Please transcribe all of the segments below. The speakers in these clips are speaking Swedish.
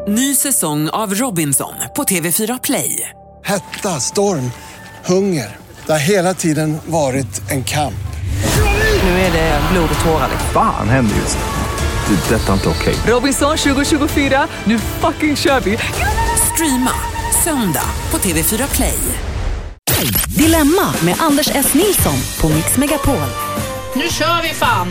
Ny säsong av Robinson på TV4 Play. Hetta, storm, hunger. Det har hela tiden varit en kamp. Nu är det blod och tårar. Fan händer just det. Detta är inte okej. Robinson 2024, nu fucking kör vi. Streama söndag på TV4 Play. Dilemma med Anders S. Nilsson på Mix Megapol. Nu kör vi fan!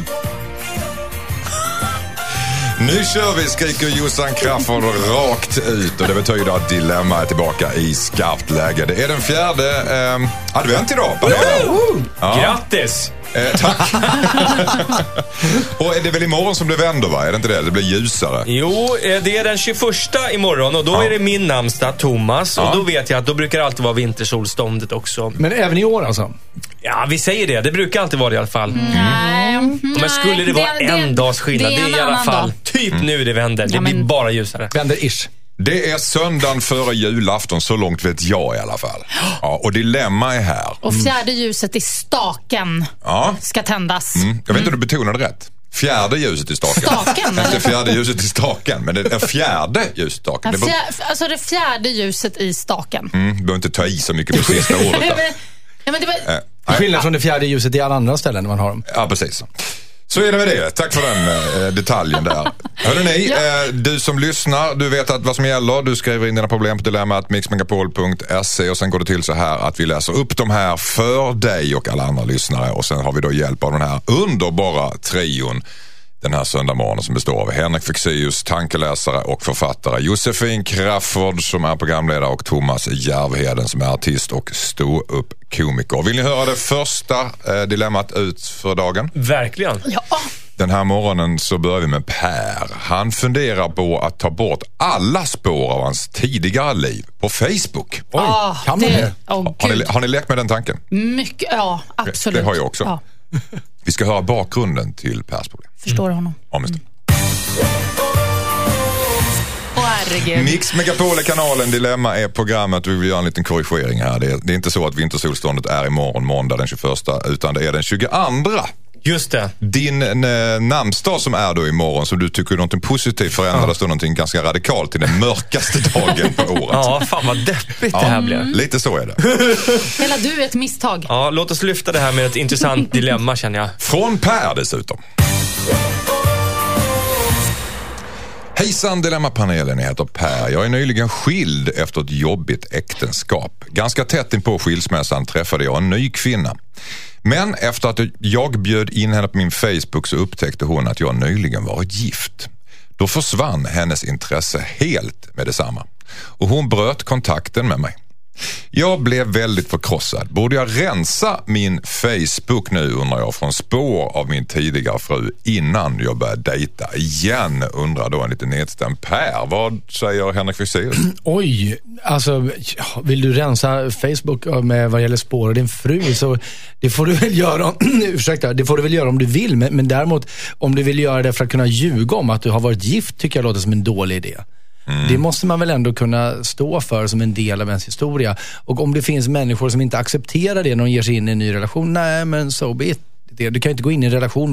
Nu kör vi, skriker Jossan Crafoord rakt ut. Och det betyder att Dilemma är tillbaka i skarpt läge. Det är den 4:e advent idag. Ja. Grattis! Tack. Och är det väl imorgon som det vänder, va? Är det inte det? Det blir ljusare. Jo, det är den 21 imorgon. Och då är det min namnsdag, Thomas. Och då vet jag att då brukar det alltid vara vintersolståndet också. Men även i år alltså? Ja, vi säger det. Det brukar alltid vara det i alla fall. Men skulle det vara en dags skillnad, det är i alla fall typ nu det vänder. Det blir bara ljusare. Vänder-ish. Det är söndagen före julafton, så långt vet jag i alla fall. Ja, och Dilemma är här. Och fjärde ljuset i staken ska tändas. Jag vet inte om du betonade rätt. Fjärde ljuset i staken. Staken? Inte fjärde ljuset i staken, men det är fjärde ljuset i staken. Alltså det fjärde ljuset i staken. Du behöver inte ta i så mycket på sista året. Ja, men det var... Skillnad från det fjärde ljuset i alla andra ställen när man har dem. Ja, precis. Så är det med det. Tack för den detaljen där. Hörrni, du som lyssnar, du vet att vad som gäller. Du skriver in dina problem på dilemma@mixmegapol.se och sen går det till så här att vi läser upp de här för dig och alla andra lyssnare. Och sen har vi då hjälp av den här underbara trion den här söndagmorgonen som består av Henrik Fexeus, tankeläsare och författare, Josefin Crafoord som är programledare och Thomas Järvheden som är artist och stå-upp-komiker. Vill ni höra det första dilemmat ut för dagen? Verkligen. Ja. Den här morgonen så börjar vi med Per. Han funderar på att ta bort alla spår av hans tidigare liv på Facebook. Oj, kan man det? Har ni lekt med den tanken? Mycket, ja, absolut. Det har jag också. Ja. Vi ska höra bakgrunden till Pers problem. Förstår honom. Herregud. Mix Megapol-kanalen Dilemma är programmet. Vi vill göra en liten korrigering här. Det är inte så att vintersolståndet är imorgon, måndag den 21, utan det är den 22. Just det. Din namnsdag som är då imorgon, som du tycker är något positivt förändrades då någonting ganska radikalt till den mörkaste dagen på året. Ja, fan vad deppigt det här blev. Lite så är det. Hela du är ett misstag. Ja, låt oss lyfta det här med ett intressant dilemma, känner jag. Från Per dessutom. Hejsan Dilemma-panelen, jag heter Per. Jag är nyligen skild efter ett jobbigt äktenskap. Ganska tätt in på skilsmässan träffade jag en ny kvinna. Men efter att jag bjöd in henne på min Facebook så upptäckte hon att jag nyligen varit gift. Då försvann hennes intresse helt med detsamma. Och hon bröt kontakten med mig. Jag blev väldigt förkrossad. Borde jag rensa min Facebook nu, undrar jag, från spår av min tidigare fru innan jag börjar dejta igen, undrar då en lite nedstämd Per. Vad säger Henrik Fexeus? Oj, alltså vill du rensa Facebook med vad gäller spår av din fru, så det får du väl göra det får du väl göra om du vill, men däremot om du vill göra det för att kunna ljuga om att du har varit gift tycker jag låter som en dålig idé. Det måste man väl ändå kunna stå för som en del av ens historia. Och om det finns människor som inte accepterar det när de ger sig in i en ny relation, nej men so be it. Du kan ju inte gå in i en relation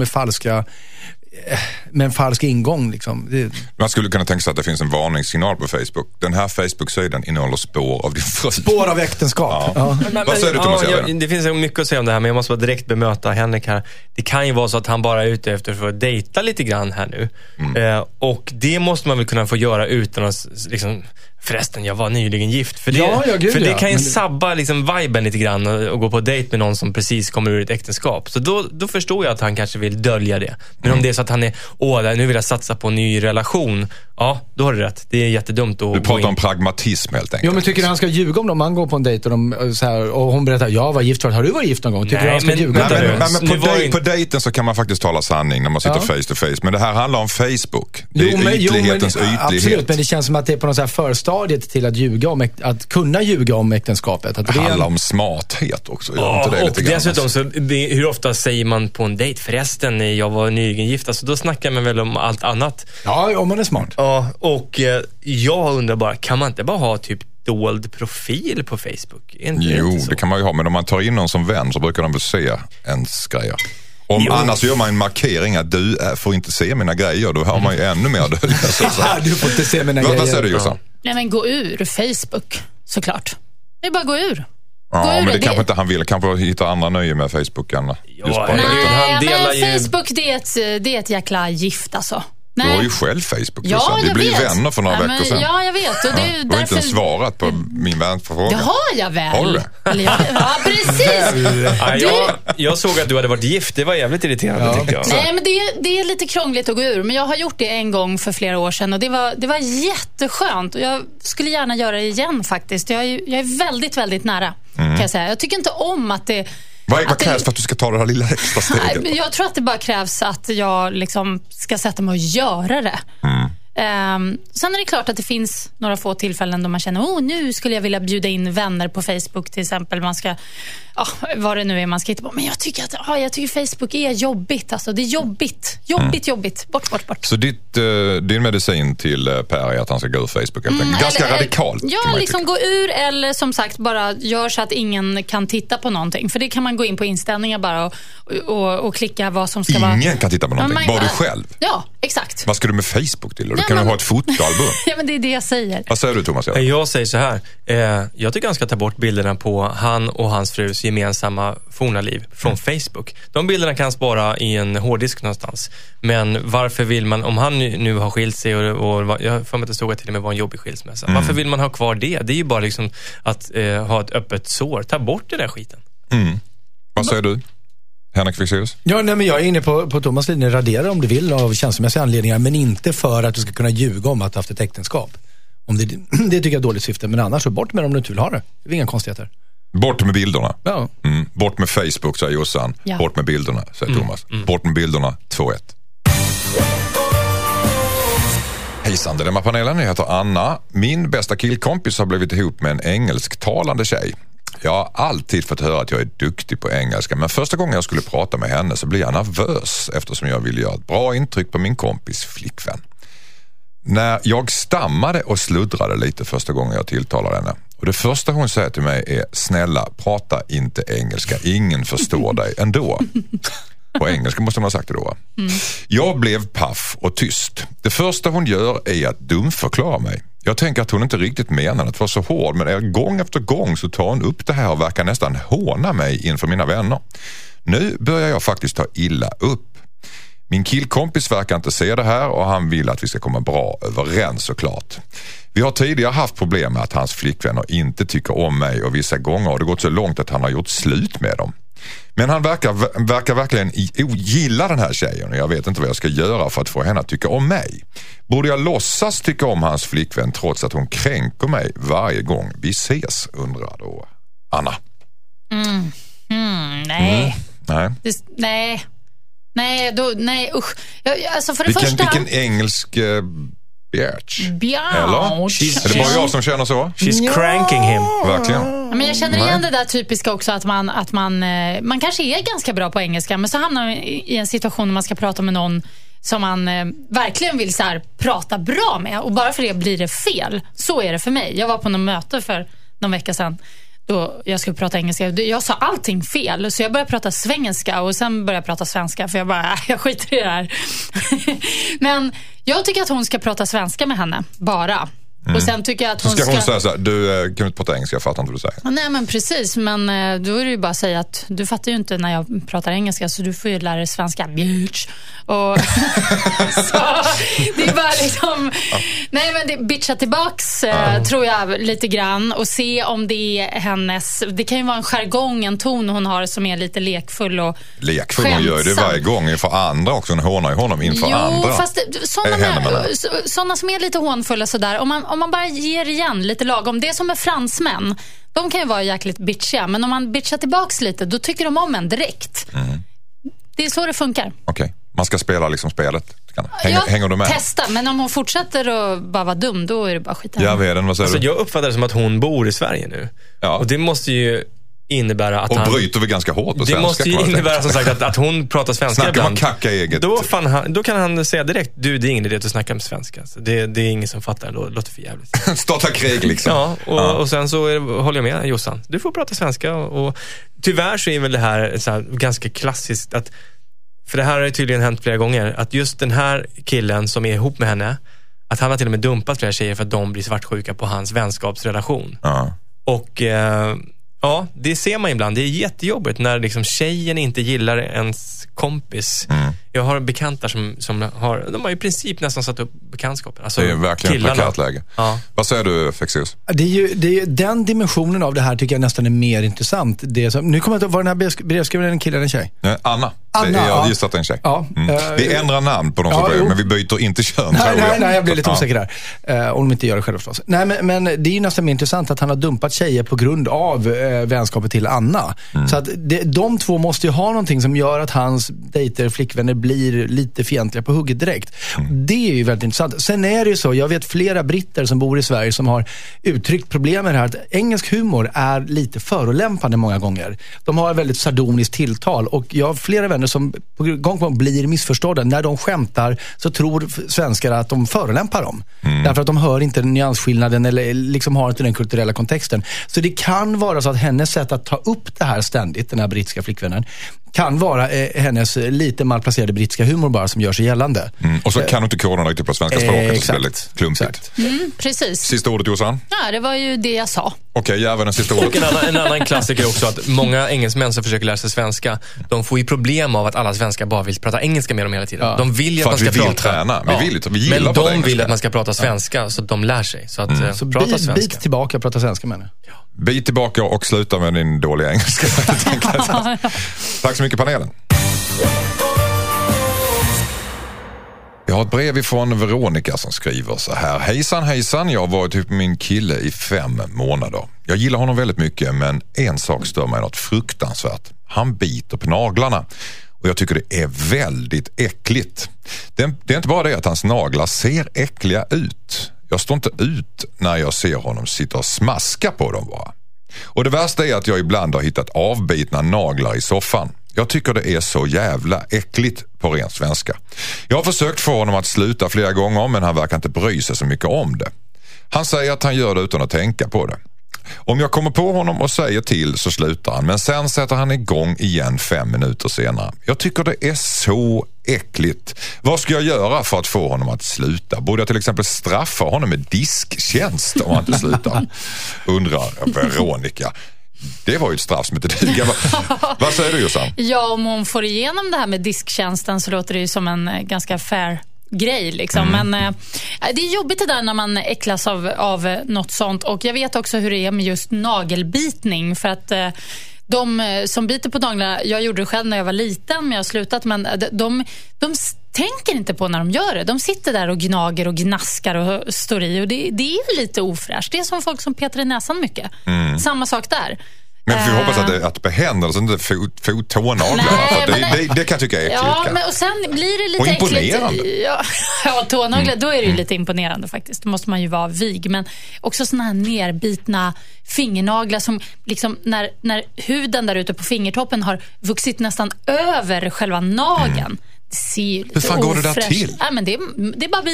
med en falsk ingång liksom. Man skulle kunna tänka sig att det finns en varningssignal på Facebook. Den här Facebook-sidan innehåller spår av din fru. Spår av äktenskap. Ja. Vad säger du, Thomas? Det finns mycket att säga om det här, men jag måste bara direkt bemöta Henrik här. Det kan ju vara så att han bara är ute efter för att dejta lite grann här nu. Och det måste man väl kunna få göra utan att liksom, förresten, jag var nyligen gift. För det kan ju sabba liksom viben lite grann och gå på dejt med någon som precis kommer ur ett äktenskap. Så då förstår jag att han kanske vill dölja det. Men om det är så att han är, nu vill jag satsa på en ny relation. Ja, då har du rätt. Det är jättedumt att du pratar om pragmatism helt enkelt. Jo, men tycker du han ska ljuga om man går på en dejt och hon berättar, jag var gift förut. Har du varit gift någon gång? Tycker du han ska ljuga? Men på dejten så kan man faktiskt tala sanning när man sitter face to face. Men det här handlar om Facebook. Det är ytlighetens ytlighet. Absolut, men det känns som att det är på något så här förstadiet till att ljuga om att kunna ljuga om äktenskapet. Att det handlar om smarthet också. Och dessutom så hur ofta säger man på en dejt, förresten, jag var nyligen gift. Alltså då snackar man väl om allt annat. Ja, om man är smart. Ja, och jag undrar bara, kan man inte bara ha typ dold profil på Facebook? Jo, det kan man ju ha, men om man tar in någon som vän så brukar de väl se ens grejer. Annars gör man en markering att du får inte se mina grejer. Då har man ju ännu mer dölja. Du får inte se mina grejer. Vad säger du, Jossan? Nej, men gå ur Facebook, såklart. Det är bara gå ur. Ja, men det kanske inte han vill. Kanske hitta andra nöje med Facebook än just bara men Facebook, det är ett jäkla gift alltså. Nej. Du har ju själv Facebook. Ja, vi blev vänner för några veckor sedan. Ja, jag vet. Och det är du har inte ens svarat på min vänfråga. Det har jag väl. Har du det? Ja, precis. Jag såg att du hade varit gift. Det var jävligt irriterande tycker jag. Nej, men det är lite krångligt att gå ur. Men jag har gjort det en gång för flera år sedan. Och det var jätteskönt. Och jag skulle gärna göra det igen faktiskt. Jag är väldigt, väldigt nära, kan jag säga. Jag tycker inte om att det... Vad krävs för att du ska ta det här lilla extra steget? Jag tror att det bara krävs att jag liksom ska sätta mig och göra det. Sen är det klart att det finns några få tillfällen då man känner nu skulle jag vilja bjuda in vänner på Facebook till exempel. Man ska, vad det nu är man ska hitta på. Men jag tycker Facebook är jobbigt. Alltså, det är jobbigt. Jobbigt. Bort. Så din medicin till Per är att han ska gå ur Facebook? Ganska radikalt. Ja, liksom gå ur eller som sagt bara gör så att ingen kan titta på någonting. För det kan man gå in på inställningar bara och klicka vad som ska vara. Ingen kan titta på någonting, bara du själv. Ja, exakt. Vad ska du med Facebook till? Du kan ju ha ett fotoalbum. Ja, men det är det jag säger. Vad säger du, Thomas? Jag säger så här. Jag tycker han ska ta bort bilderna på han och hans frus gemensamma forna liv från Facebook. De bilderna kan spara i en hårddisk någonstans. Men varför vill man, om han nu har skilt sig och jag får mig inte stå att till och med var en jobbig skilsmässa. Varför vill man ha kvar det? Det är ju bara liksom att ha ett öppet sår. Ta bort den där skiten. Vad säger du? Henrik Fexeus? Ja, nej, men jag är inne på Thomas linje. Radera om du vill av känslomässiga anledningar, men inte för att du ska kunna ljuga om att du haft ett äktenskap. Det tycker jag är ett dåligt syfte, men annars så bort med dem om du inte vill ha det. Det är inga konstigheter. Bort med bilderna. Ja. Bort med Facebook, säger Jossan. Ja. Bort med bilderna, säger Thomas. Bort med bilderna, 2-1. Hejsan, det är panelen. Jag heter Anna. Min bästa killkompis har blivit ihop med en engelsktalande tjej. Jag har alltid fått höra att jag är duktig på engelska, men första gången jag skulle prata med henne så blev jag nervös eftersom jag ville göra ett bra intryck på min kompis flickvän. När jag stammade och sluddrade lite första gången jag tilltalade henne. Och det första hon säger till mig är: snälla, prata inte engelska, ingen förstår dig ändå. På engelska måste man ha sagt det då. Jag blev paff och tyst. Det första hon gör är att dumförklara mig. Jag tänker att hon inte riktigt menar att vara så hård, men gång efter gång så tar hon upp det här och verkar nästan håna mig inför mina vänner. Nu börjar jag faktiskt ta illa upp. Min killkompis verkar inte se det här och han vill att vi ska komma bra överens såklart. Vi har tidigare haft problem med att hans flickvänner inte tycker om mig och vissa gånger har det gått så långt att han har gjort slut med dem. Men han verkar verkligen gilla den här tjejen och jag vet inte vad jag ska göra för att få henne att tycka om mig. Borde jag låtsas tycka om hans flickvän trots att hon kränker mig varje gång vi ses, undrar då Anna. Nej. Nej. Nej, usch. Alltså för det första... Vilken engelsk... Bjärts. Eller? Är det bara jag som känner så? She's cranking him. Verkligen. Men jag känner igen det där typiska också att man kanske är ganska bra på engelska, men så hamnar man i en situation när man ska prata med någon som man verkligen vill så här, prata bra med, och bara för det blir det fel. Så är det för mig. Jag var på något möte för någon vecka sedan då jag skulle prata engelska. Jag sa allting fel, så jag började prata svengelska och sen började jag prata svenska, för jag skiter i det här. Men jag tycker att hon ska prata svenska med henne, bara. Och sen tycker jag att hon ska säga så här: du kan inte prata engelska, jag fattar inte vad du säger. Nej, men precis, men då är det ju bara att säga att du fattar ju inte när jag pratar engelska, så du får ju lära dig svenska, bitch. Och så det är bara liksom nej, men det bitcha tillbaks tror jag lite grann, och se om det är hennes, det kan ju vara en jargong, en ton hon har som är lite lekfull och lekfull. Hon gör det varje gång inför andra också, hon hånar ju honom inför andra. Jo, fast sådana som är lite hånfulla sådär, om man bara ger igen lite lagom. Det är som med fransmän. De kan ju vara jäkligt bitchiga, men om man bitchar tillbaks lite, då tycker de om en direkt. Det är så det funkar. Okej. Man ska spela liksom spelet. Hänger du med? Testa, men om hon fortsätter att bara vara dum, då är det bara skit. Jag uppfattar det som att hon bor i Sverige nu. Ja. Och det måste ju innebära att och bryter vi ganska hårt på svenska. Det måste ju innebära som sagt att hon pratar svenska. Snackar man kacka eget. Då kan han säga direkt: det är ingen idé att snacka med svenska. Så det är ingen som fattar, det låter för jävligt. Starta krig liksom. Ja, och sen så håller jag med Jossan. Du får prata svenska, och tyvärr så är väl det här så här ganska klassiskt att för det här har ju tydligen hänt flera gånger, att just den här killen som är ihop med henne, att han har till och med dumpat flera tjejer för att de blir svartsjuka på hans vänskapsrelation. Och ja, det ser man ibland. Det är jättejobbigt när liksom tjejen inte gillar ens kompis. Jag har bekantar som de har i princip nästan satt upp bekantskapen. Alltså, det är verkligen ett plakatläge. Ja. Vad säger du, Fexeus? Det är ju den dimensionen av det här tycker jag nästan är mer intressant. Det som, nu kommer jag inte ihåg, var den här brevskrivaren en kille eller en tjej? Anna. Jag gissar att det är en tjej. Ja. Vi ändrar namn på de som börjar, men vi byter inte kön. Nej, jag blir lite osäker där. Om de inte gör det själv förstås. Nej, men det är ju nästan mer intressant att han har dumpat tjejer på grund av vänskapet till Anna. Så att de två måste ju ha någonting som gör att hans dejter, flickvänner blir lite fientliga på hugget direkt. Det är ju väldigt intressant. Sen är det ju så, jag vet flera britter som bor i Sverige som har uttryckt problem med det här, att engelsk humor är lite förolämpande många gånger. De har ett väldigt sardoniskt tilltal, och jag har flera vänner som gång på gång blir missförstådda. När de skämtar så tror svenskar att de förolämpar dem. Därför att de hör inte nyansskillnaden eller liksom har inte den kulturella kontexten. Så det kan vara så att hennes sätt att ta upp det här ständigt, den här brittiska flickvännen, kan vara hennes lite malplacerade brittiska humor bara som gör sig gällande. Och så kan du inte koderna riktigt på svenska språket. Så det är väldigt klumpigt. Precis. Sista ordet, Jossan? Ja, det var ju det jag sa. Okej, jäveln sista ordet. Och en annan klassiker också, att många engelsmän som försöker lära sig svenska, de får ju problem av att alla svenskar bara vill prata engelska med dem hela tiden. De vill ju att man ska prata. Träna. Vi men de vill att man ska prata svenska, så de lär sig. Så att så prata svenska. Bit tillbaka och prata svenska med henne. Bit tillbaka och sluta med din dåliga engelska. Tack så mycket, panelen. Jag har ett brev ifrån Veronica som skriver så här: hejsan, jag har varit ihop med min kille i 5 månader. Jag gillar honom väldigt mycket, men en sak stör mig något fruktansvärt. Han biter på naglarna och jag tycker det är väldigt äckligt. Det är inte bara det att hans naglar ser äckliga ut. Jag står inte ut när jag ser honom sitta och smaska på dem bara. Och det värsta är att jag ibland har hittat avbitna naglar i soffan. Jag tycker det är så jävla äckligt på ren svenska. Jag har försökt få honom att sluta flera gånger, men han verkar inte bry sig så mycket om det. Han säger att han gör det utan att tänka på det. Om jag kommer på honom och säger till så slutar han, men sen sätter han igång igen 5 minuter senare. Jag tycker det är så äckligt. Vad ska jag göra för att få honom att sluta? Borde jag till exempel straffa honom med disktjänst om han inte slutar? Undrar Veronica. Det var ju ett straff som inte duga. Vad säger du, Jossan? Ja, om hon får igenom det här med disktjänsten så låter det ju som en ganska fair grej liksom. Men det är jobbigt det där när man äcklas av något sånt. Och jag vet också hur det är med just nagelbitning, för att de som biter på naglarna, jag gjorde det själv när jag var liten, men jag har slutat, men de tänker inte på när de gör det. De sitter där och gnager och gnaskar och står i, och det är lite ofräscht. Det är som folk som petar i näsan mycket. Samma sak där. Men vi hoppas att det händer så inte tånaglarna. Det kan jag tycka är äckligt. Ja, men och sen blir det lite och imponerande. Äckligt. Ja, tånaglar, då är det ju lite imponerande faktiskt. Då måste man ju vara vig. Men också såna här nerbitna fingernaglar som liksom när huden där ute på fingertoppen har vuxit nästan över själva nageln. Det ser ju lite. Hur fan går det där till? Ja, men det är bara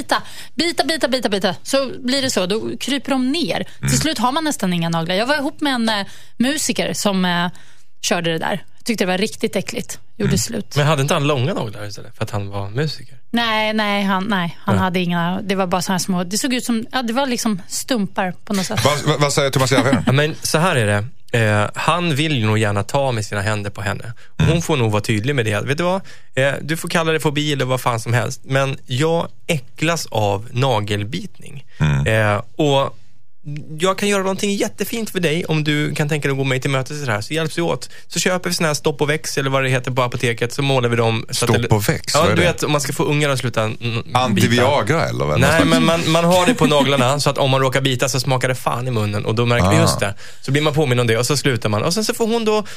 bita. Så blir det så, då kryper de ner. Till slut har man nästan inga naglar. Jag var ihop med en musiker som körde det där. Tyckte det var riktigt äckligt. Gjorde slut. Men hade inte han långa naglar istället för att han var musiker? Nej, han hade inga. Det var bara så här små. Det såg ut som, det var liksom stumpar på något sätt. Vad säger Thomas Järvheden? Ja, men så här är det. Han vill ju nog gärna ta med sina händer på henne. Hon får nog vara tydlig med det. Vet du vad? Du får kalla det fobi eller vad fan som helst. Men jag äcklas av nagelbitning. Och jag kan göra någonting jättefint för dig om du kan tänka dig att gå mig till mötes så här. Så hjälps vi åt. Så köper vi sån här stopp och väx eller vad det heter på apoteket, så målar vi dem. Stopp och väx? Ja, du vet, om man ska få ungar att sluta Anti-Viagra eller? Nej, men man har det på naglarna så att om man råkar bita så smakar det fan i munnen och då märker vi just det. Så blir man påminn om det och så slutar man. Och sen så får hon då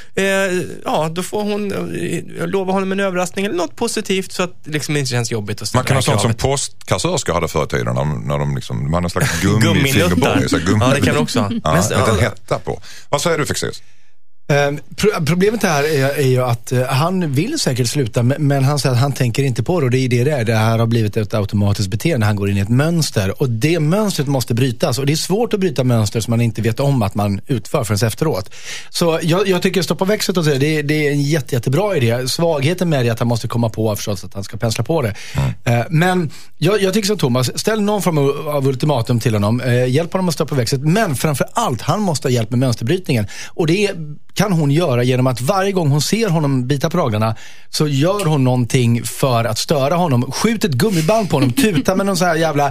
då får hon lova honom en överraskning eller något positivt så att liksom det inte känns jobbigt att man kan ha sånt som postkassörskor hade förr i tiden när de liksom, man har en slags gummifingerborg. Ja, det kan också. En hetta på. Vad säger du, Fexeus? Problemet här är ju att han vill säkert sluta, men han säger att han tänker inte på det, och det är det här har blivit ett automatiskt beteende. Han går in i ett mönster, och det mönstret måste brytas, och det är svårt att bryta mönster som man inte vet om att man utför förrän efteråt. Så jag tycker stoppa växet och det är en jättebra idé. Svagheten med det är att han måste komma på förstås att han ska pensla på det. Men jag tycker som Thomas, ställ någon form av ultimatum till honom, hjälp honom att stoppa växet, men framför allt han måste ha hjälp med mönsterbrytningen, och det kan hon göra genom att varje gång hon ser honom bita på naglarna så gör hon någonting för att störa honom. Skjut ett gummiband på honom, tuta med någon så här jävla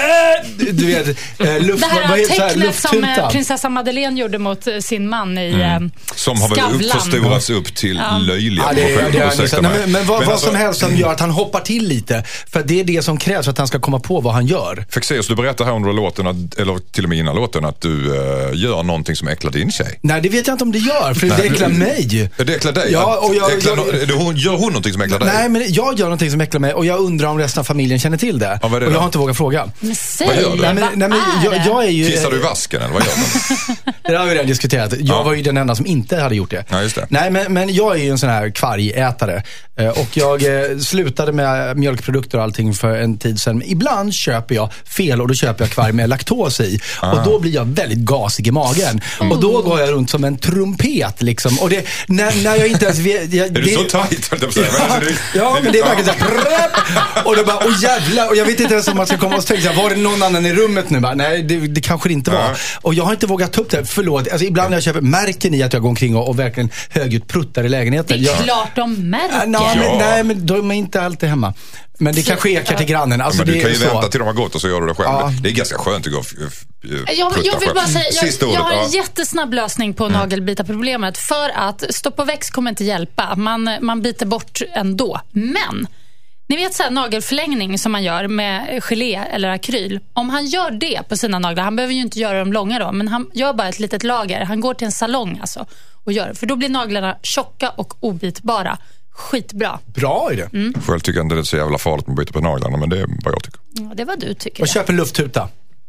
du vet, det här tecknet som prinsessa Madeleine gjorde mot sin man i som har väl förstorats upp till löjliga. Men vad som helst som gör att han hoppar till lite, för det är det som krävs för att han ska komma på vad han gör. Fexeus, du berättar här under låten, eller till och med innan låten, att du gör någonting som äcklar din tjej. Nej, det vet jag inte om det gör, för det äcklar mig. Det äcklar dig? Ja, och gör hon någonting som äcklar dig? Nej, men jag gör någonting som äcklar mig, och jag undrar om resten av familjen känner till det. Ja, vad är det och jag då? har inte vågat fråga. Men säg, vad gör du? Jag är ju... Kissar du i vasken eller vad gör du? Det har vi redan diskuterat. Jag var ju den enda som inte hade gjort det. Ja, just det. Nej, men jag är ju en sån här kvargätare. Och jag slutade med mjölkprodukter och allting för en tid sedan. Ibland köper jag fel, och då köper jag kvarg med laktos i. Och då blir jag väldigt gasig i magen. Och då går jag runt som en trumpet liksom. Och det, när jag inte ens vet... Är du så tajt? Ja, men det är verkligen så här... Och då bara, jävlar. Och jag vet inte ens om man ska komma och tänka, var det någon annan i rummet nu? Bara, nej, det kanske det inte var. Och jag har inte vågat ta upp det. Förlåt. Alltså, ibland när jag köper, märker ni att jag går omkring och verkligen högljutt pruttar i lägenheten? Det är klart de märker. Nej, men de är inte alltid hemma. Men det kanske ekar till grannen. Alltså, men du kan ju så. vänta till de har gått och så gör du det själv. Ja. Det är ganska skönt att gå jag vill bara säga, jag har en ja. jättesnabb lösning på nagelbitarproblemet. För att stopp och växt kommer inte hjälpa. Man biter bort ändå. Men ni vet så här nagelförlängning som man gör med gelé eller akryl. Om han gör det på sina naglar, han behöver ju inte göra dem långa då, men han gör bara ett litet lager. Han går till en salong alltså och gör, för då blir naglarna tjocka och obitbara. Skitbra. Bra idé. Själv tycker jag inte det är så jävla farligt att byta på naglarna, men det är vad jag tycker. Ja, det är vad du tycker. Och köp en lufttuta.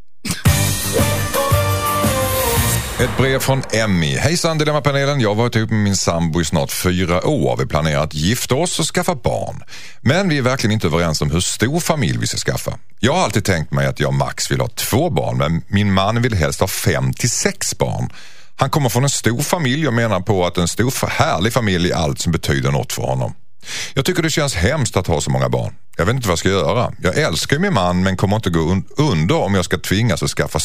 Ett brev från Emmy. Hejsan Dilemma-panelen, jag har varit ihop med min sambo i snart 4 år. Vi planerar att gifta oss och skaffa barn. Men vi är verkligen inte överens om hur stor familj vi ska skaffa. Jag har alltid tänkt mig att jag max vill ha 2 barn, men min man vill helst ha 5 till 6 barn. Han kommer från en stor familj och menar på att en stor härlig familj är allt som betyder något för honom. Jag tycker det känns hemskt att ha så många barn. Jag vet inte vad jag ska göra. Jag älskar min man men kommer inte gå under om jag ska tvingas att skaffa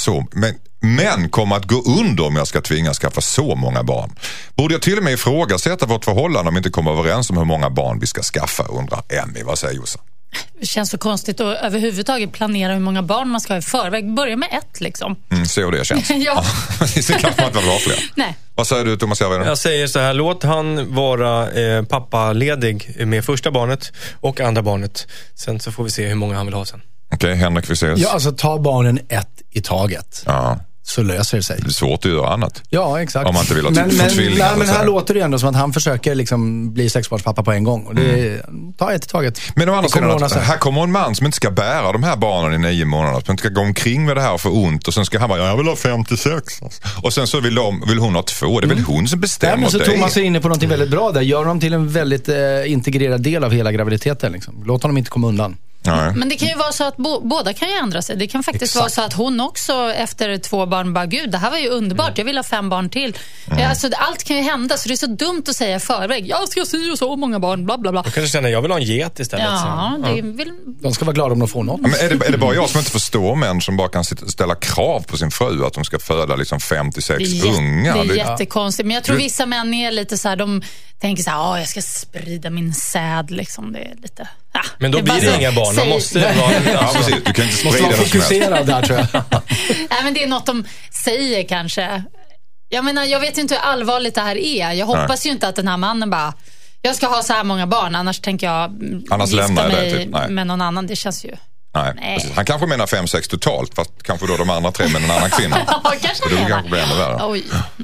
men kommer att gå under om jag ska tvingas skaffa så många barn. Borde jag till och med ifrågasätta vårt förhållande om vi inte kommer överens om hur många barn vi ska skaffa, undrar Emmy. Vad säger Jossan? Det känns så konstigt att överhuvudtaget planera hur många barn man ska ha i förväg. Börja med 1 liksom. Se hur det känns. Ja. Det kanske man inte var fler. Nej. Vad säger du, Thomas Järvheden? Jag säger så här, låt han vara pappaledig med första barnet och andra barnet. Sen så får vi se hur många han vill ha sen. Okej, Henrik, vi ses. Ja, alltså ta barnen 1 i taget. Ja. Så löser det sig. Det är svårt att göra annat. Ja, exakt. Om man inte vill ha tvillingar. Men här låter det ändå som att han försöker liksom bli 6-barnspappa på en gång. Och det tar 1 i taget. Men å andra sidan, här kommer en man som inte ska bära de här barnen i 9 månader. Som inte ska gå omkring med det här och få ont. Och sen ska han bara, jag vill ha 56. Och sen så vill hon ha 2. Det är väl hon som bestämmer det. Därmed så Thomas är inne på något väldigt bra där. Gör dem till en väldigt integrerad del av hela graviditeten. Liksom. Låt honom inte komma undan. Nej. Men det kan ju vara så att båda kan ju ändra sig. Det kan faktiskt vara så att hon också efter 2 barn bara, gud, det här var ju underbart, jag vill ha 5 barn till. Alltså, allt kan ju hända, så det är så dumt att säga i förväg, jag ska se så många barn, bla bla bla. Jag kanske känner, jag vill ha en get istället. Ja, det vill... De ska vara glada om de får något. Men är det bara jag som inte förstår män som bara kan ställa krav på sin fru att de ska föda liksom 5-6 ungar? Det är jättekonstigt, men jag tror vissa män är lite så här, de tänker så här, jag ska sprida min säd liksom, det är lite... Men då blir det inga barn, man måste vara... Ja, precis. Du kan inte sprida vara fokuserad där, tror jag. Nej, men det är något de säger kanske. Jag menar, jag vet inte hur allvarligt det här är. Jag hoppas ju inte att den här mannen bara, jag ska ha så här många barn, annars tänker jag gifta mig med någon annan. Det känns ju... Nej. Han kanske menar 5-6 totalt, fast kanske då de andra 3 med en annan kvinna. Ja, kanske det kanske blir ännu värre. Oj.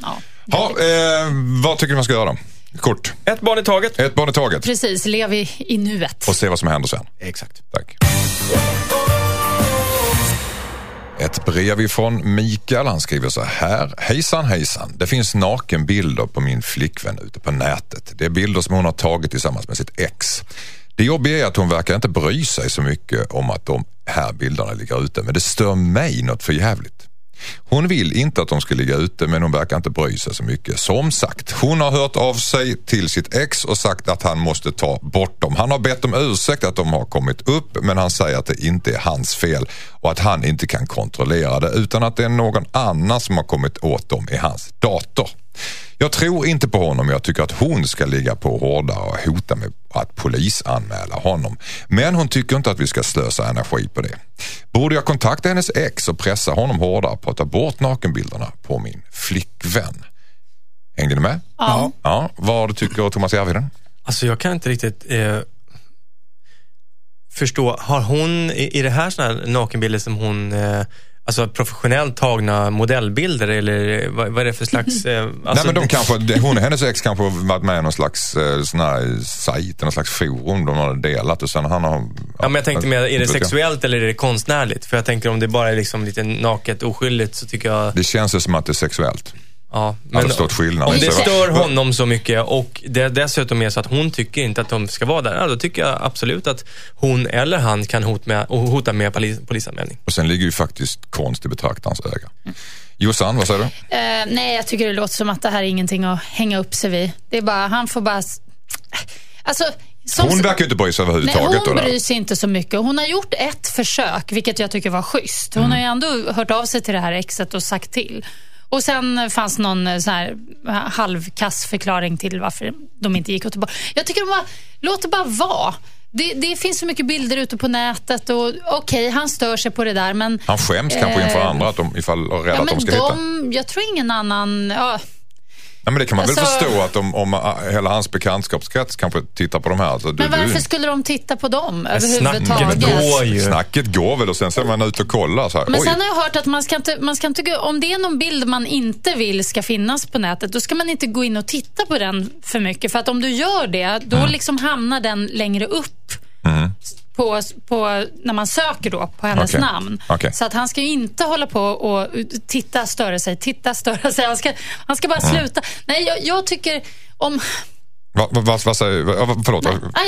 Vad tycker du man ska göra då? Kort. 1 barn i taget. 1 barn i taget. Precis, lev i nuet. Och se vad som händer sen. Exakt. Tack. Ett brev ifrån Mikael, han skriver så här: hejsan. Det finns nakenbilder på min flickvän ute på nätet. Det är bilder som hon har tagit tillsammans med sitt ex. Det jobbiga är att hon verkar inte bry sig så mycket om att de här bilderna ligger ute, men det stör mig något för jävligt. Hon vill inte att de ska ligga ute, men hon verkar inte bry sig så mycket. Som sagt, hon har hört av sig till sitt ex och sagt att han måste ta bort dem. Han har bett om ursäkt att de har kommit upp, men han säger att det inte är hans fel och att han inte kan kontrollera det utan att det är någon annan som har kommit åt dem i hans dator. Jag tror inte på honom. Jag tycker att hon ska ligga på hårdare och hota med att polisanmäla honom. Men hon tycker inte att vi ska slösa energi på det. Borde jag kontakta hennes ex och pressa honom hårdare på att ta bort nakenbilderna på min flickvän? Hängde ni med? Ja. Vad tycker Thomas Järvheden? Alltså jag kan inte riktigt förstå. Har hon i det här såna här nakenbilder som hon... Alltså professionellt tagna modellbilder eller vad är det för slags... Nej, men de kanske, hon och hennes ex kanske varit med i någon slags sån här sajt, någon slags forum de har delat och sen han har... Ja, men jag tänkte mer, är det sexuellt eller är det konstnärligt? För jag tänker om det bara är liksom lite naket oskyldigt så tycker jag... Det känns som att det är sexuellt. Ja, men om det stör honom så mycket och det dessutom är så att hon tycker inte att de ska vara där, ja, då tycker jag absolut att hon eller han kan hota med polisanmälning. Och sen ligger ju faktiskt konst i betraktarens öga. Jossan, vad säger du? Nej, jag tycker det låter som att det här är ingenting att hänga upp sig vid. Det är bara, han får bara... Alltså... Hon verkar ju inte bry sig överhuvudtaget. Nej, hon bryr sig inte så mycket. Hon har gjort ett försök, vilket jag tycker var schysst. Hon har ju ändå hört av sig till det här exet och sagt till. Och sen fanns någon så här halvkass förklaring till varför de inte gick åt tillbaka. Jag tycker låt det bara vara. Det finns så mycket bilder ute på nätet och okej, han stör sig på det där, men... Han skäms kanske inför andra att de, ifall och rädd att de ska hitta. Jag tror ingen annan... Ja. Ja, men det kan man väl förstå att om hela hans bekantskapskrets kanske tittar på de här. Alltså, men varför skulle de titta på dem överhuvudtaget? Snacket går väl och sen ser man ut och kollar så här. Men sen har jag hört att man ska inte om det är någon bild man inte vill ska finnas på nätet, då ska man inte gå in och titta på den för mycket. För att om du gör det, då liksom hamnar den längre upp på när man söker då på hennes namn. Okay. Så att han ska ju inte hålla på och störa sig. Han ska bara sluta. Nej, jag tycker om... Vad säger... Förlåt.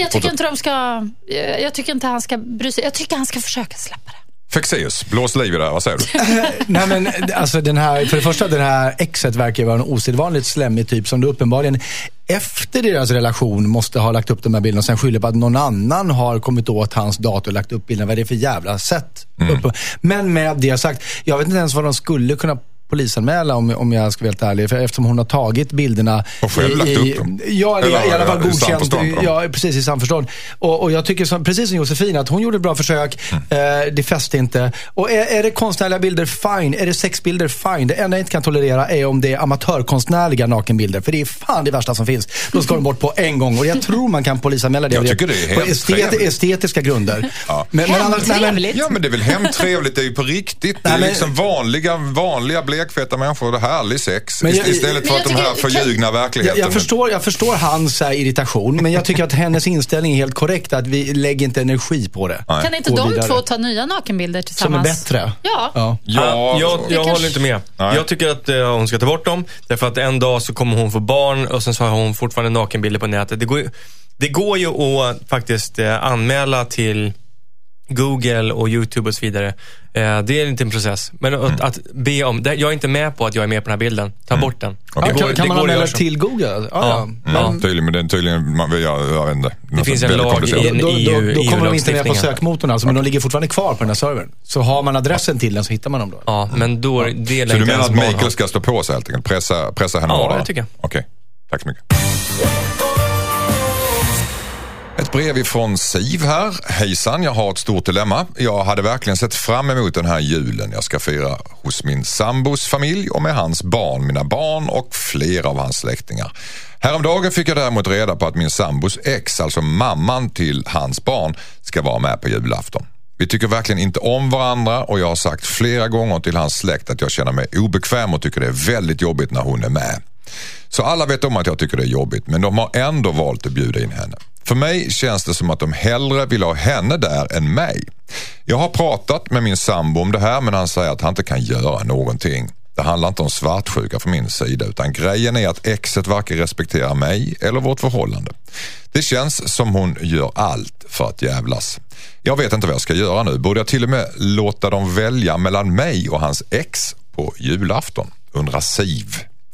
Jag tycker inte han ska bry sig. Jag tycker han ska försöka släppa det. Fexeus, blås liv i det här, vad säger du? Nej, men alltså för det första, den här exet verkar vara en osedvanligt slemmig typ som du uppenbarligen efter deras relation måste ha lagt upp de här bilderna och sen skyller på att någon annan har kommit åt hans dator och lagt upp bilderna. Vad är det för jävla sätt? Men med det sagt, jag vet inte ens vad de skulle kunna polisanmäla om jag ska vara helt ärlig, för eftersom hon har tagit bilderna och själv lagt upp dem. Ja, i alla fall godkänt. Ja, precis, i samförstånd. Och jag tycker precis som Josefin att hon gjorde ett bra försök. Det fäste inte. Och är det konstnärliga bilder, fine. Är det sexbilder, fine. Det enda jag inte kan tolerera är om det är amatörkonstnärliga nakenbilder, för det är fan det värsta som finns. Då ska de bort på en gång. Och jag tror man kan polisanmäla det. Jag tycker det är på estetiska grunder. Ja. Men hemtrevligt. Ja, men det är väl hemtrevligt. Det är ju på riktigt. Det är liksom vanliga blekfeta människor, det härlig sex istället för att de här förljugna verkligheten. Jag förstår hans irritation, men jag tycker att hennes inställning är helt korrekt, att vi lägger inte energi på det. Kan inte de två ta nya nakenbilder tillsammans? Som är bättre? Ja. Jag håller inte med. Nej. Jag tycker att hon ska ta bort dem, därför att en dag så kommer hon få barn och sen så har hon fortfarande nakenbilder på nätet. Det går ju att faktiskt anmäla till Google och YouTube och så vidare. Det är inte en process. Men att be om... Jag är inte med på att jag är med på den här bilden. Ta bort den. Okay. Kan man anmäla till Google? Tydligen, men den tydligen... Jag vet inte. Det finns en lag i en EU. Då kommer de inte med på sökmotorn alltså, men de ligger fortfarande kvar på den här servern. Så har man adressen till den så hittar man dem då. Ja, men då... Så du menar att Michael ska stå på sig helt enkelt? Pressa henne hårdare? Ja, det tycker jag. Okej. Tack så mycket. Ett brev ifrån Siv här. Hejsan, jag har ett stort dilemma. Jag hade verkligen sett fram emot den här julen. Jag ska fira hos min sambos familj och med hans barn, mina barn och flera av hans släktingar. Häromdagen fick jag däremot reda på att min sambos ex, alltså mamman till hans barn, ska vara med på julafton. Vi tycker verkligen inte om varandra och jag har sagt flera gånger till hans släkt att jag känner mig obekväm och tycker det är väldigt jobbigt när hon är med. Så alla vet om att jag tycker det är jobbigt, men de har ändå valt att bjuda in henne. För mig känns det som att de hellre vill ha henne där än mig. Jag har pratat med min sambo om det här, men han säger att han inte kan göra någonting. Det handlar inte om svartsjuka från min sida, utan grejen är att exet varken respekterar mig eller vårt förhållande. Det känns som hon gör allt för att jävlas. Jag vet inte vad jag ska göra nu. Borde jag till och med låta dem välja mellan mig och hans ex på julafton? Undrar Siv.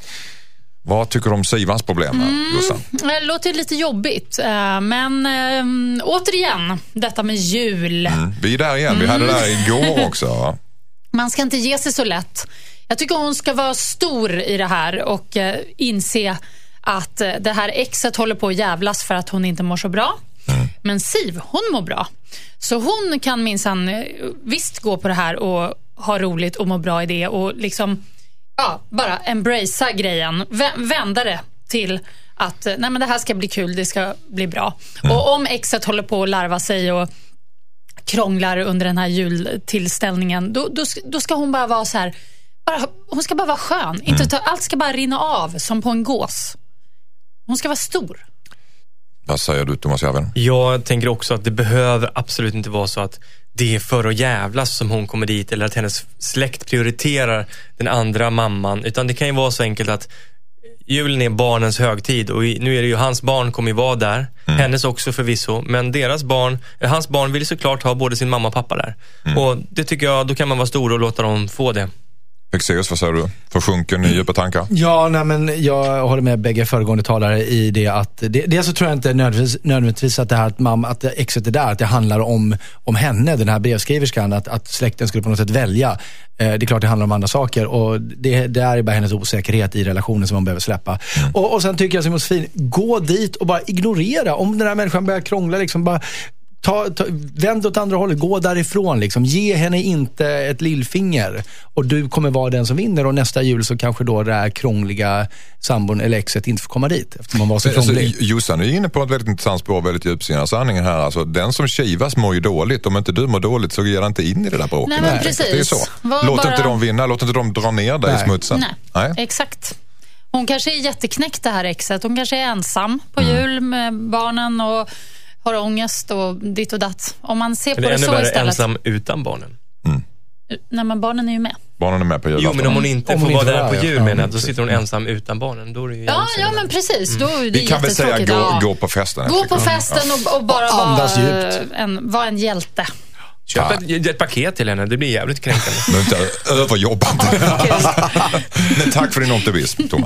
Vad tycker du om Sivans problem här, Jossan? Det låter lite jobbigt. Men återigen, detta med jul. Vi är där igen. Vi hade det där igår också. Man ska inte ge sig så lätt. Jag tycker hon ska vara stor i det här och inse att det här exet håller på att jävlas för att hon inte mår så bra. Men Siv, hon mår bra. Så hon kan minsann visst gå på det här och ha roligt och må bra i det och liksom bara embracea grejen, vända det till att nej, men det här ska bli kul, det ska bli bra. Och om exet håller på att larva sig och krånglar under den här jultillställningen, då ska hon bara vara så här, hon ska bara vara skön, inte allt ska bara rinna av som på en gås. Hon ska vara stor. Vad säger du, Thomas Järven? Jag tänker också att det behöver absolut inte vara så att det är för att jävlas som hon kommer dit, eller att hennes släkt prioriterar den andra mamman, utan det kan ju vara så enkelt att julen är barnens högtid och nu är det ju hans barn kommer ju vara där, hennes också förvisso, men hans barn vill såklart ha både sin mamma och pappa där. Och det tycker jag, då kan man vara stor och låta dem få det. Exeus, vad säger du? Försjunken i djupa tankar? Ja, nej, men jag håller med bägge föregående talare i det att det så tror jag inte nödvändigtvis att det här att exet är där, att det handlar om henne, den här brevskriverskan, att släkten skulle på något sätt välja. Det är klart det handlar om andra saker och det är bara hennes osäkerhet i relationen som man behöver släppa. Och sen tycker jag som Josefin, gå dit och bara ignorera. Om den här människan börjar krångla, liksom bara vänd åt andra hållet, gå därifrån liksom. Ge henne inte ett lillfinger och du kommer vara den som vinner, och nästa jul så kanske då det här krångliga sambon eller exet inte får komma dit eftersom man var så krånglig. Jossan är inne på ett väldigt intressant spår, väldigt djupsinniga sanningen här. Alltså, den som kivas mår ju dåligt. Om inte du mår dåligt så ger han inte in i det där bråket. Nej, men precis. Det är så. Låt inte dem vinna, låt inte dem dra ner dig i smutsen. Nej, exakt. Hon kanske är jätteknäckt det här exet. Hon kanske är ensam på jul med barnen och har ångest och ditt och datt. Om man ser på det så istället. Eller ensam utan barnen. Nej, men barnen är ju med. Barnen är med på julafton. Jo, men om hon inte får vara där på jul, då sitter hon ensam utan barnen. Då är det ju men precis. Då är det vi kan väl säga gå på festen. Gå på festen och bara vara en hjälte. Köp ett paket till henne, det blir jävligt kränkande. Men inte överjobbande. Men tack för din optimism, Thomas.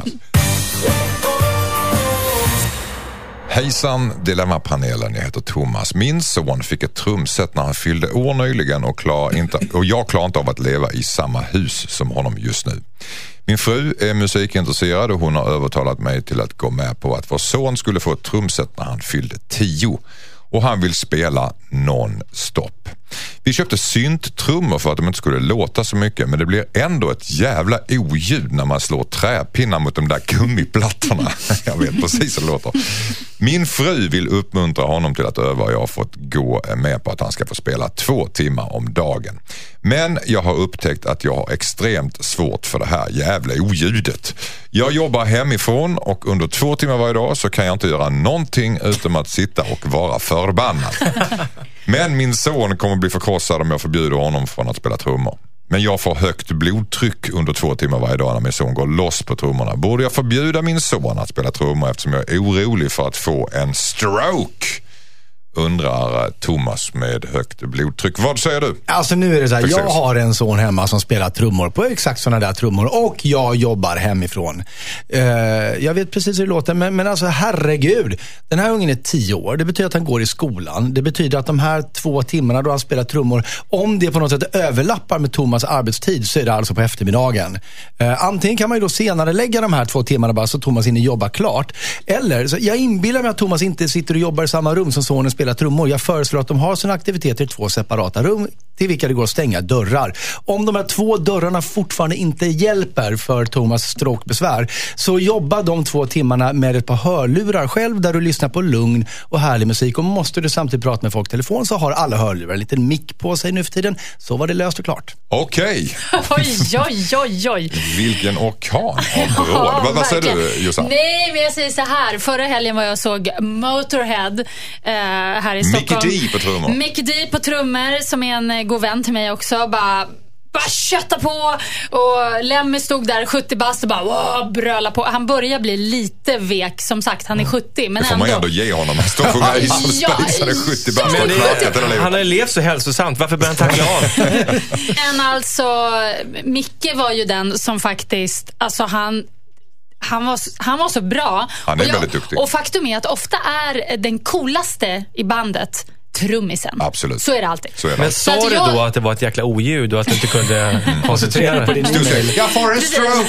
Hejsan, Dilemma-panelen. Jag heter Thomas. Min son fick ett trumset när han fyllde år nyligen och jag klarar inte av att leva i samma hus som honom just nu. Min fru är musikintresserad och hon har övertalat mig till att gå med på att vår son skulle få ett trumset när han fyllde 10. Och han vill spela non-stop. Vi köpte synttrummor för att de inte skulle låta så mycket, men det blir ändå ett jävla oljud när man slår träpinnar mot de där gummiplattorna. Jag vet precis hur det låter. Min fru vill uppmuntra honom till att öva och jag har fått gå med på att han ska få spela 2 timmar om dagen. Men jag har upptäckt att jag har extremt svårt för det här jävla oljudet. Jag jobbar hemifrån och under 2 timmar varje dag så kan jag inte göra någonting utom att sitta och vara förbannad. Men min son kommer bli förkrossad om jag förbjuder honom från att spela trummor. Men jag får högt blodtryck under 2 timmar varje dag när min son går loss på trummorna. Borde jag förbjuda min son att spela trummor eftersom jag är orolig för att få en stroke? Undrar Thomas med högt blodtryck. Vad säger du? Alltså nu är det så här, jag har en son hemma som spelar trummor på exakt sådana där trummor och jag jobbar hemifrån. Jag vet precis hur det låter, men alltså herregud, den här ungen är 10 år. Det betyder att han går i skolan. Det betyder att de här 2 timmarna då han spelar trummor, om det på något sätt överlappar med Thomas arbetstid så är det alltså på eftermiddagen. Antingen kan man ju då senare lägga de här 2 timmarna bara så Thomas hinner jobba klart. Eller, så jag inbillar mig att Thomas inte sitter och jobbar i samma rum som sonen spelar spela trummor. Jag föreslår att de har sina aktiviteter i 2 separata rum till vilka det går att stänga dörrar. Om de här 2 dörrarna fortfarande inte hjälper för Thomas strokebesvär, så jobba de 2 timmarna med ett par hörlurar själv där du lyssnar på lugn och härlig musik. Och måste du samtidigt prata med folk i telefon så har alla hörlurar en liten mick på sig nu för tiden. Så var det löst och klart. Okej. Oj. Vilken orkan av bråd. Vad säger du, Jossan? Nej, men jag säger så här. Förra helgen var jag såg Motorhead här i Stockholm. Mickey D på trummor. Mickey D på trummor, som är en god vän till mig också. Bara kötta på. Och Lemmy stod där 70 bast och bara bröla på. Han börjar bli lite vek, som sagt. Han är 70. Men det får man ändå ge honom. Han står för mig som spejs. Han är 70 bast. Han har levt så hälsosamt. Varför börjar han tackla av? Men alltså, Micke var ju den som faktiskt, alltså han var så bra. Han är väldigt duktig. Och faktum är att ofta är den coolaste i bandet trummisen. Absolut. Så är det alltid. Men sa du då att det var ett jäkla oljud och att du inte kunde koncentrera dig på din e-mail? Jag får en stroke.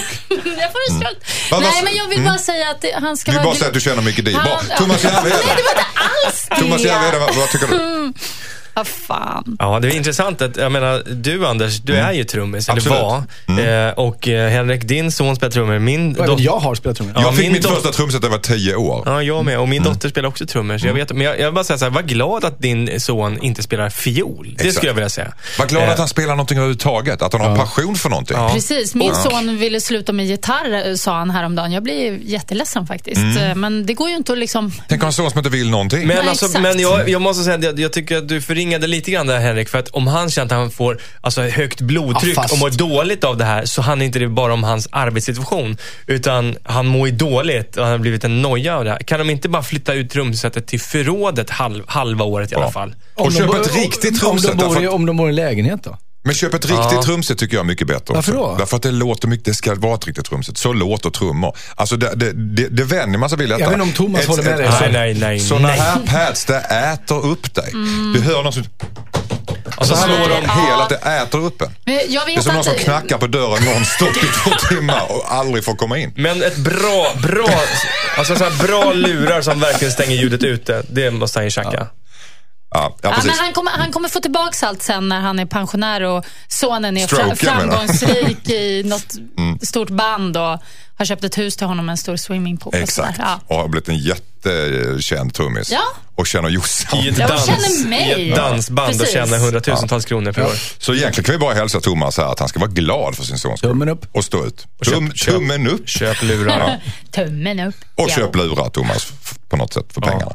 Nej, men jag vill bara säga att han ska vara... Du bara säga att du känner mycket dig. Thomas Järvheden. Nej, det var inte alls det. Thomas Järvheden, vad tycker du? Fan. Ja, det är intressant att, jag menar, du Anders, du är ju trummis, eller var. Och Henrik, din son spelar trummor. Jag har spelat trummor. Jag fick mitt första trumset när jag var 10 år. Ja, jag med. Och min dotter spelar också trummor. Så jag vet, men jag vill bara säga så här, var glad att din son inte spelar fiol. Det skulle jag vilja säga. Var glad att han spelar någonting överhuvudtaget. Att han har passion för någonting. Ja. Precis, min son ville sluta med gitarr, sa han häromdagen. Jag blir jätteledsen faktiskt. Men det går ju inte att liksom... Tänk om en son som inte vill någonting. Men, alltså, men jag måste säga att jag tycker att du förringade lite grann där, Henrik, för att om han känner att han får högt blodtryck och mår dåligt av det här, så handlar inte det bara om hans arbetssituation, utan han mår ju dåligt och han har blivit en noja av det här. Kan de inte bara flytta ut trumsetet till förrådet halva året i alla fall? Och köpa ett riktigt trumset. Om de bor i lägenhet då? Men köp ett riktigt trumset tycker jag är mycket bättre. Varför då? Därför att det låter mycket, det ska vara ett riktigt trumset. Så låter trummor. Alltså det vänjer man sig vid detta. Jag vet inte om Thomas håller med dig. Nej. Sådana här pads, det äter upp dig. Du hör någon som... Och så slår de hela, det äter upp en. Det är som någon som knackar på dörren nonstop i 2 timmar och aldrig får komma in. Men ett bra alltså så här bra lurar som verkligen stänger ljudet ute, det måste han ju checka. Ja, men han kommer få tillbaka allt sen när han är pensionär och sonen är framgångsrik i något stort band och har köpt ett hus till honom med en stor swimmingpool. Exakt. Och har blivit en jättekänd trummis. Ja. Och känner Jossan. I ett dansband och tjänar 100,000-tals kronor per år. Så egentligen kan vi bara hälsa Thomas här att han ska vara glad för sin sons skull. Tummen upp. Och stå ut. Tummen upp. Köp lurar. Tummen upp. Och köp lurar, Thomas, på något sätt för pengarna.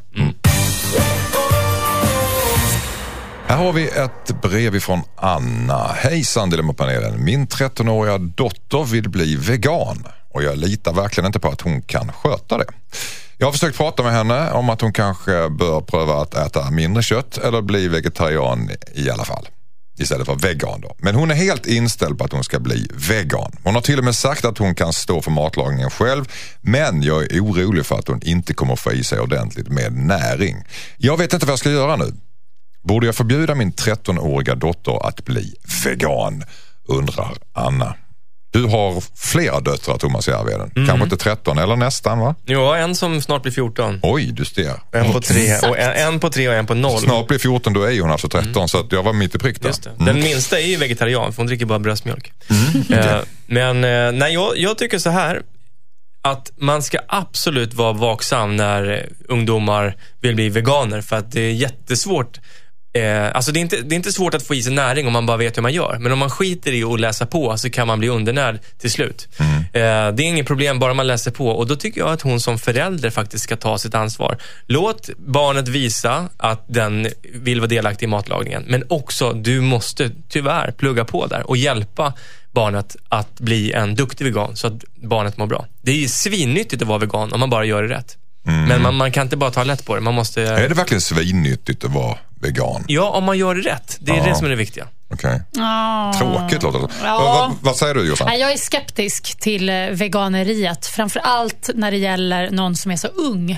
Här har vi ett brev ifrån Anna. Hejsan Dilemma-panelen. Min 13-åriga dotter vill bli vegan och jag litar verkligen inte på att hon kan sköta det. Jag har försökt prata med henne om att hon kanske bör pröva att äta mindre kött eller bli vegetarian i alla fall. Istället för vegan då. Men hon är helt inställd på att hon ska bli vegan. Hon har till och med sagt att hon kan stå för matlagningen själv. Men jag är orolig för att hon inte kommer få i sig ordentligt med näring. Jag vet inte vad jag ska göra nu. Borde jag förbjuda min 13-åriga dotter att bli vegan? Undrar Anna. Du har flera döttrar, Thomas Järvheden. Kanske inte 13 eller nästan, va? Jo, en som snart blir 14. Oj, du ser. En på 3 och en på 3 och en på 0. Snart blir 14, då är hon alltså 13, så att jag var mitt i prick där. Just det. Den minsta är ju vegetarian, för hon dricker bara bröstmjölk. Men nej, jag tycker så här, att man ska absolut vara vaksam när ungdomar vill bli veganer, för att det är jättesvårt. Alltså det är inte svårt att få i sig näring om man bara vet hur man gör. Men om man skiter i att läsa på så kan man bli undernärd till slut. Det är inget problem bara man läser på. Och då tycker jag att hon som förälder faktiskt ska ta sitt ansvar. Låt barnet visa att den vill vara delaktig i matlagningen. Men också, du måste tyvärr plugga på där och hjälpa barnet att bli en duktig vegan så att barnet mår bra. Det är ju svinnyttigt att vara vegan om man bara gör det rätt. Men man kan inte bara ta lätt på det. Man måste... Är det verkligen svinnyttigt att vara vegan? Ja, om man gör det rätt. Det är det som är det viktiga. Okej. Tråkigt låter det. Vad säger du, Jossan? Jag är skeptisk till veganeriet. Framförallt när det gäller någon som är så ung.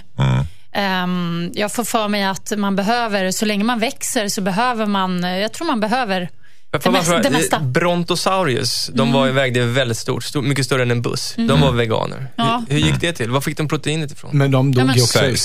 Jag får för mig att man behöver, så länge man växer så behöver man, jag tror man behöver Det mesta. Brontosaurus, de vägde väldigt mycket större än en buss. De var veganer. Ja. Hur gick det till? Var fick de proteinet ifrån? Men de dog ju också. De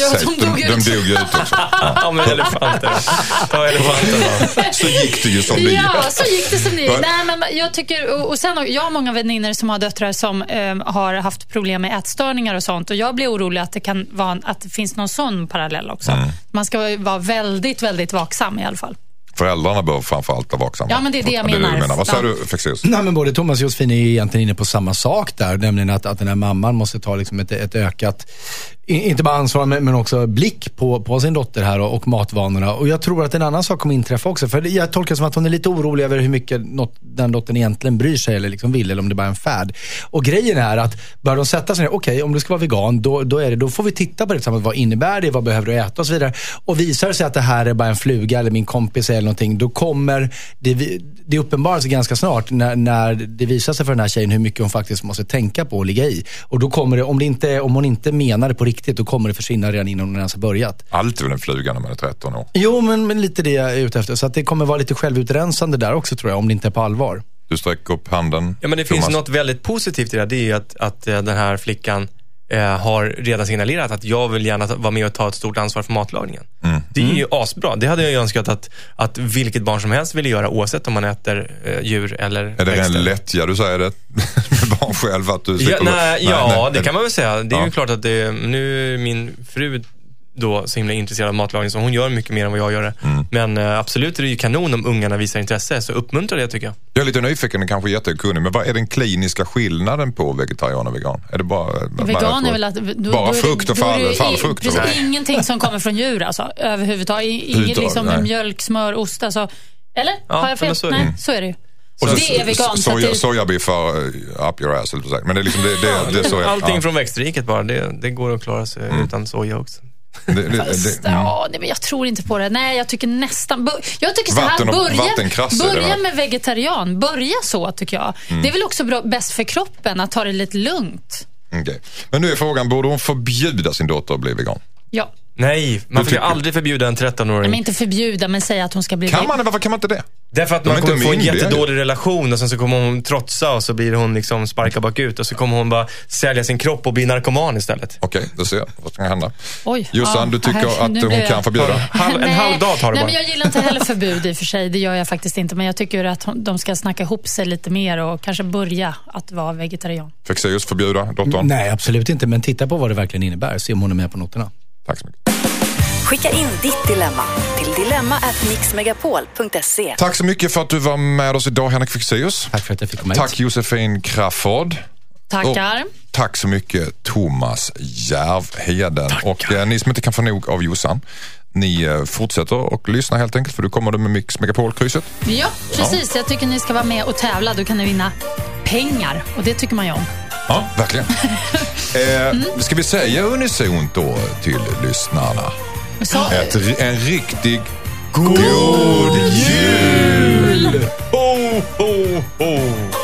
dog ju ut också. Ja, men elefanter. Ta elefanter. Så gick det ju som det gick. Ja, så gick det som det gick. Nej, men jag tycker, och sen jag har många vänner som har döttrar som har haft problem med ätstörningar och sånt. Och jag blir orolig att det kan vara att det finns någon sån parallell också. Man ska vara väldigt, väldigt vaksam i alla fall. Föräldrarna bör framförallt vara vaksamma. Ja, men det är det jag menar. Vad säger du, Fexeus? Nej, men både Thomas och Josefin är egentligen inne på samma sak där. Nämligen att den här mamman måste ta liksom ett ökat, inte bara ansvar men också blick på sin dotter här och matvanorna. Och jag tror att en annan sak kommer inträffa också. För jag tolkar som att hon är lite orolig över hur mycket den dottern egentligen bryr sig eller liksom vill, eller om det bara är en färd. Och grejen är att bör de sätta sig ner, okej, om du ska vara vegan, då får vi titta på det tillsammans. Vad innebär det? Vad behöver du äta? Och så vidare. Och visar det sig att det här är bara en fluga eller min kompis eller någonting, då kommer det uppenbarar sig ganska snart när det visar sig för den här tjejen hur mycket hon faktiskt måste tänka på och ligga i. Och då kommer det, om hon inte menar det på riktigt, då kommer det försvinna redan innan hon ens har börjat. Allt är väl en fluga när man är 13 år? Jo, men lite det jag är ute efter. Så att det kommer vara lite självutrensande där också, tror jag, om det inte är på allvar. Du sträcker upp handen. Ja, men det finns något väldigt positivt i det. Det är ju att den här flickan har redan signalerat att jag vill gärna vara med och ta ett stort ansvar för matlagningen. Det är ju asbra. Det hade jag ju önskat att vilket barn som helst ville göra, oavsett om man äter djur eller är det växter. en lättja du säger det med barn själv att du det kan man väl säga. Det är ju klart att nu är min fru då så himla intresserad av matlagning, så hon gör mycket mer än vad jag gör det. Men absolut är det ju kanon om ungarna visar intresse, så uppmuntrar det, tycker jag. Jag är lite nyfiken, kanske jättekunnig, men vad är den kliniska skillnaden på vegetarian och vegan? Är det bara vegan är väl att bara frukt och fallfrukt? Precis, ingenting som kommer från djur alltså, överhuvudtaget. Inget liksom med mjölk, smör, ost alltså. Eller? Har jag fel? Nej, så är det ju. Och det är vegan. Sojabiffar up your ass, men det är liksom det är soja. Allting från växtriket bara, det går att klara sig utan soja också. Men jag tror inte på det. Nej, jag tycker nästan jag tycker så här, börja med vegetarian. Börja så, tycker jag. Det är väl också bäst för kroppen att ta det lite lugnt. Okay. Men nu är frågan, borde hon förbjuda sin dotter att bli vegan? Ja. Nej, man får ju aldrig förbjuda en 13-åring. Men inte förbjuda, men säga att hon ska bli vegan. Varför kan man inte det? Därför att man kommer få en jättedålig relation och sen så kommer hon trotsa och så blir hon liksom sparka bakut och så kommer hon bara sälja sin kropp och bli narkoman istället. Okej, då ser jag vad som kan hända. Oj, Jossan, du tycker att hon kan förbjuda? En halv dag tar det bara. Men jag gillar inte heller förbud i och för sig, det gör jag faktiskt inte. Men jag tycker att de ska snacka ihop sig lite mer och kanske börja att vara vegetarian. Fexeus förbjuda dottern? Nej, absolut inte, men titta på vad det verkligen innebär. Se om hon är med på noterna. Tack så mycket. Skicka in ditt dilemma till dilemma@mixmegapol.se. Tack så mycket för att du var med oss idag, Henrik Fexeus. Tack för att jag fick komma. Tack Josefin Crafoord. Tackar. Och tack så mycket Thomas Järvheden. Och ni som inte kan få nog av Jossan, ni fortsätter och lyssna helt enkelt, för du kommer med Mix Megapol-krysset. Ja, precis. Jag tycker ni ska vara med och tävla. Då kan ni vinna pengar och det tycker man ju om. Ja, verkligen. Ska vi säga unisont då till lyssnarna? En riktig god jul! Ho, ho, ho!